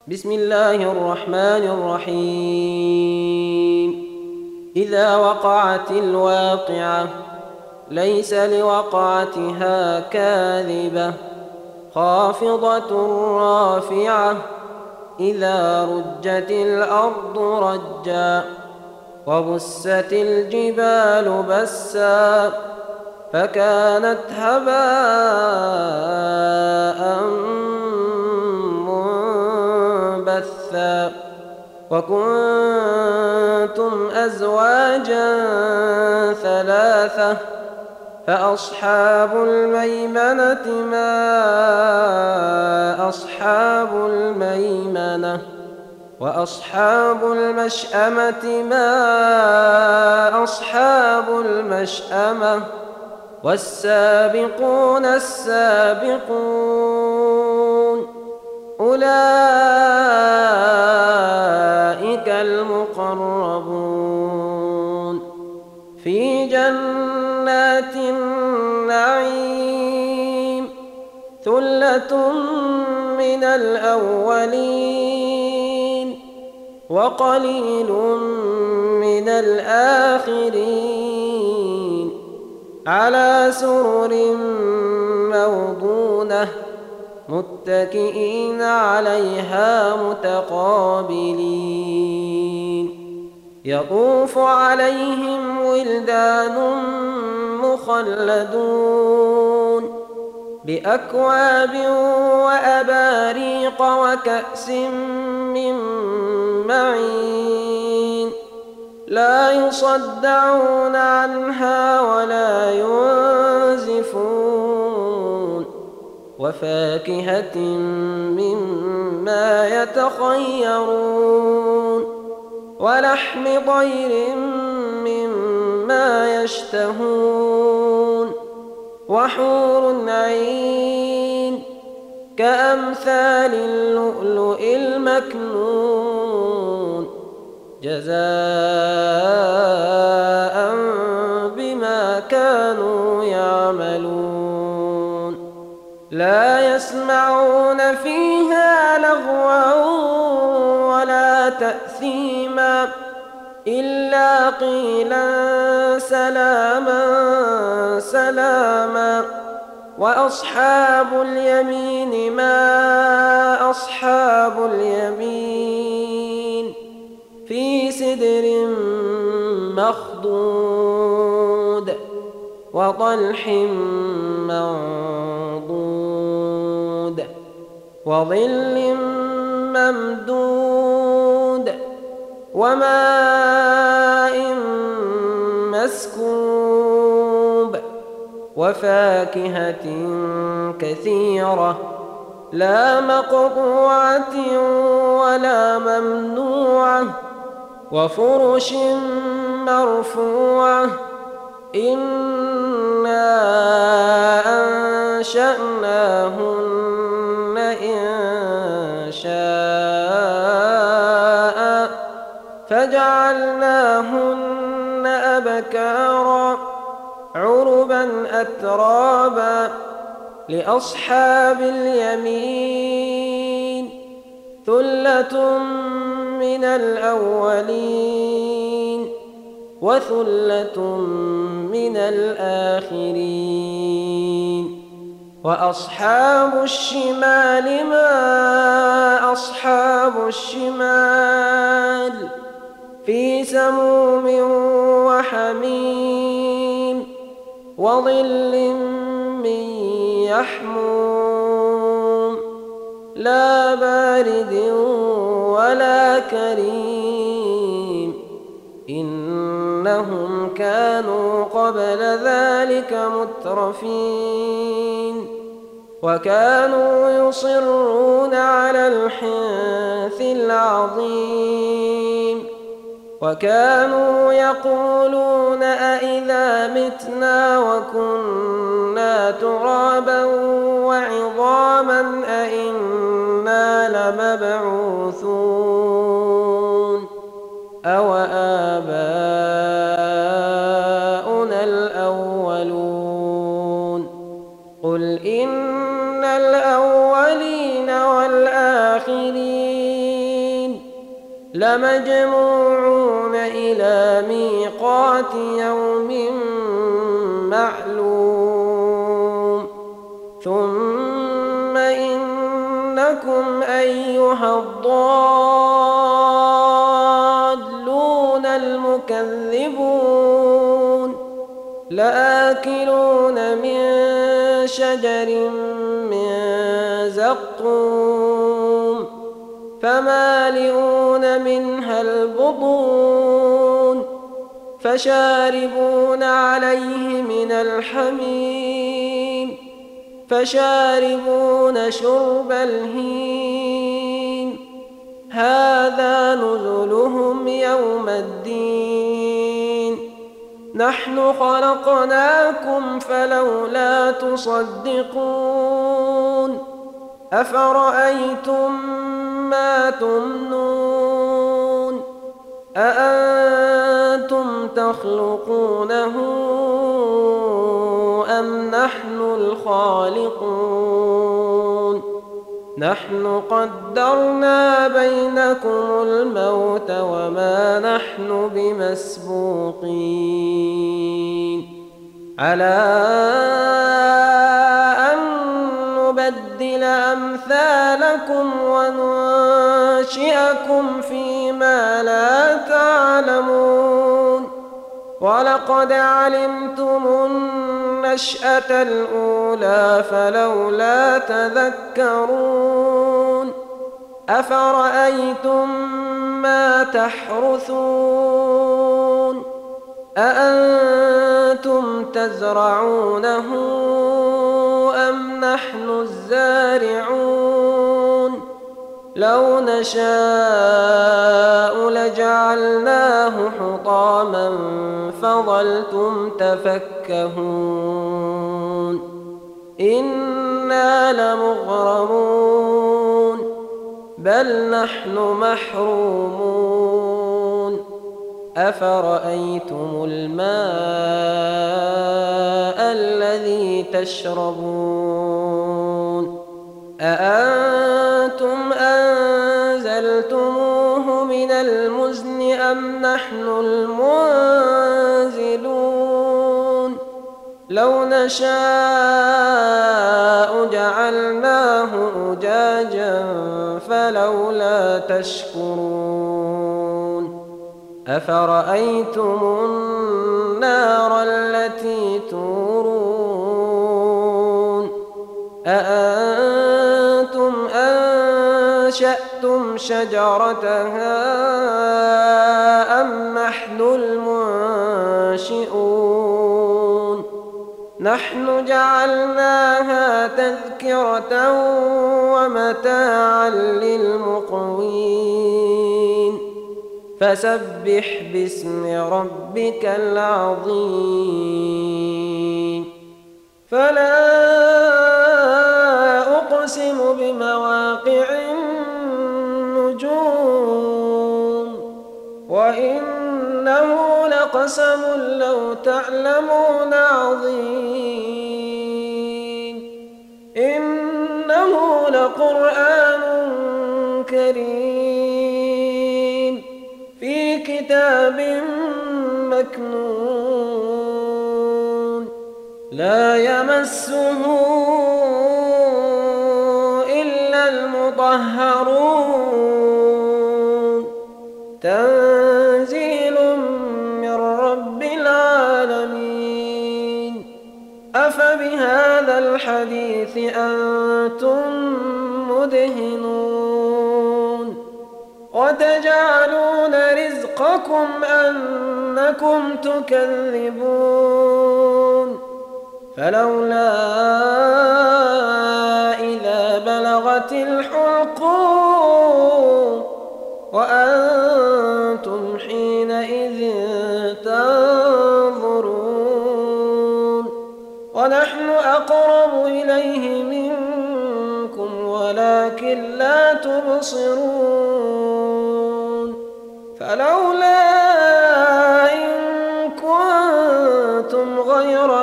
بسم الله الرحمن الرحيم. إذا وقعت الواقعة ليس لوقعتها كاذبة خافضة رافعة إذا رجت الأرض رجا وبست الجبال بسا فكانت هباء منبثا وكنتم أزواجا ثلاثة فأصحاب الميمنة ما أصحاب الميمنة وأصحاب المشأمة ما أصحاب المشأمة والسابقون السابقون أولئك المقربون في جنات النعيم ثلة من الأولين وقليل من الآخرين على سرر موضونة متكئين عليها متقابلين يطوف عليهم ولدان مخلدون بأكواب وأباريق وكأس من معين لا يصدعون عنها ولا ينزفون وفاكهة مما يتخيرون ولحم طير مما يشتهون وحور عين كأمثال اللؤلؤ المكنون جزاء بما كانوا يعملون لا يسمعون فيها لغوا ولا تأثيما إلا قيلا سلاما سلاما وأصحاب اليمين ما أصحاب اليمين في سدر مخضود وطلح منضود وظل ممدود وماء مسكوب وفاكهة كثيرة لا مقطوعة ولا ممنوعة وفرش مرفوعة إنا أنشأناهن إنشاء فجعلناهن أبكارا عربا أترابا لأصحاب اليمين ثلة من الأولين وثلة من الآخرين وأصحاب الشمال ما أصحاب الشمال في سموم وحميم وظل من يحموم لا بارد ولا كريم إنهم كانوا قبل ذلك مترفين وكانوا يصرون على الحنث العظيم وكانوا يقولون أإذا متنا وكنا ترابا وعظاما أإنا لمبعوثون أوآباؤنا الأولون قل إن الأولين والآخرين لمجموعون إلى ميقات يوم معلوم ثم إنكم أيها الضالون المكذبون لآكلون من شجر من زقوم فمالئون منها البطون فشاربون عليه من الحميم فشاربون شرب الهيم هذا نزلهم يوم الدين نحن خلقناكم فلولا تصدقون أفرأيتم ما تمنون أأنتم تخلقونه أم نحن الخالقون نحن قدرنا بينكم الموت وما نحن بمسبوقين على أن نبدل أمثالكم وننشئكم فيما لا تعلمون ولقد علمتم النشأة الأولى فلولا تذكرون أفرأيتم ما تحرثون أأنتم تزرعونه أم نحن الزارعون لو نشاء لجعلناه حطاما فظلتم تفكهون إنا لمغرمون بل نحن محرومون أفرأيتم الماء الذي تشربون أأنتم أنزلتموه من المزن أم نحن المنزلون لو نشاء جعلناه أجاجا فلولا تشكرون أفرأيتم النار التي تورون أأنتم أنشأتم شجرتها أم نحن المنشئون نحن جعلناها تذكرة ومتاعا للمقوين فسبح باسم ربك العظيم فلا أقسم بمواقع النجوم وإنه لقسم لو تعلمون عظيم إنه لقرآن كريم في كتاب مكنون لا يمسه إلا المطهرون تنزيل من رب العالمين أفبهذا الحديث أنتم مدهنون وتجعلون رزقكم أنكم تكذبون فلولا إذا بلغت الحلقوم وأنتم حينئذ تنظرون ونحن أقرب إليه منكم ولكن لا تبصرون فلولا إن كنتم غير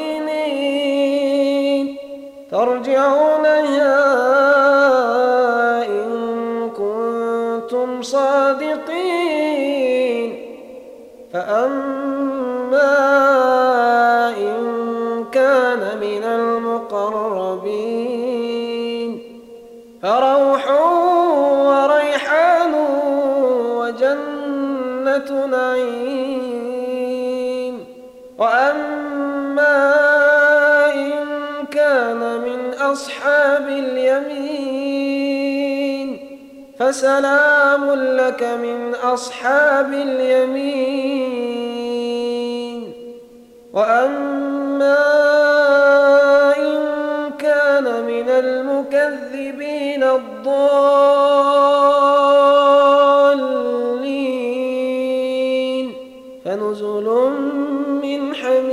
مدينين ترجعونها إن كنتم كنتم صادقين. فأما إن كان من المقربين فروح وريحان وجنة نعيم. وأما إن كان من أصحاب اليمين فسلام لك من أصحاب اليمين. وأما إن كان من المكذبين الضالين فنزل من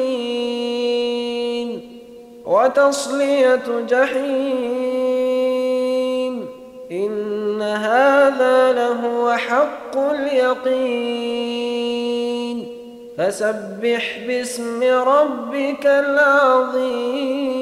حميم وتصلية جحيم. إن هذا لهو حق اليقين. فسبح باسم ربك العظيم.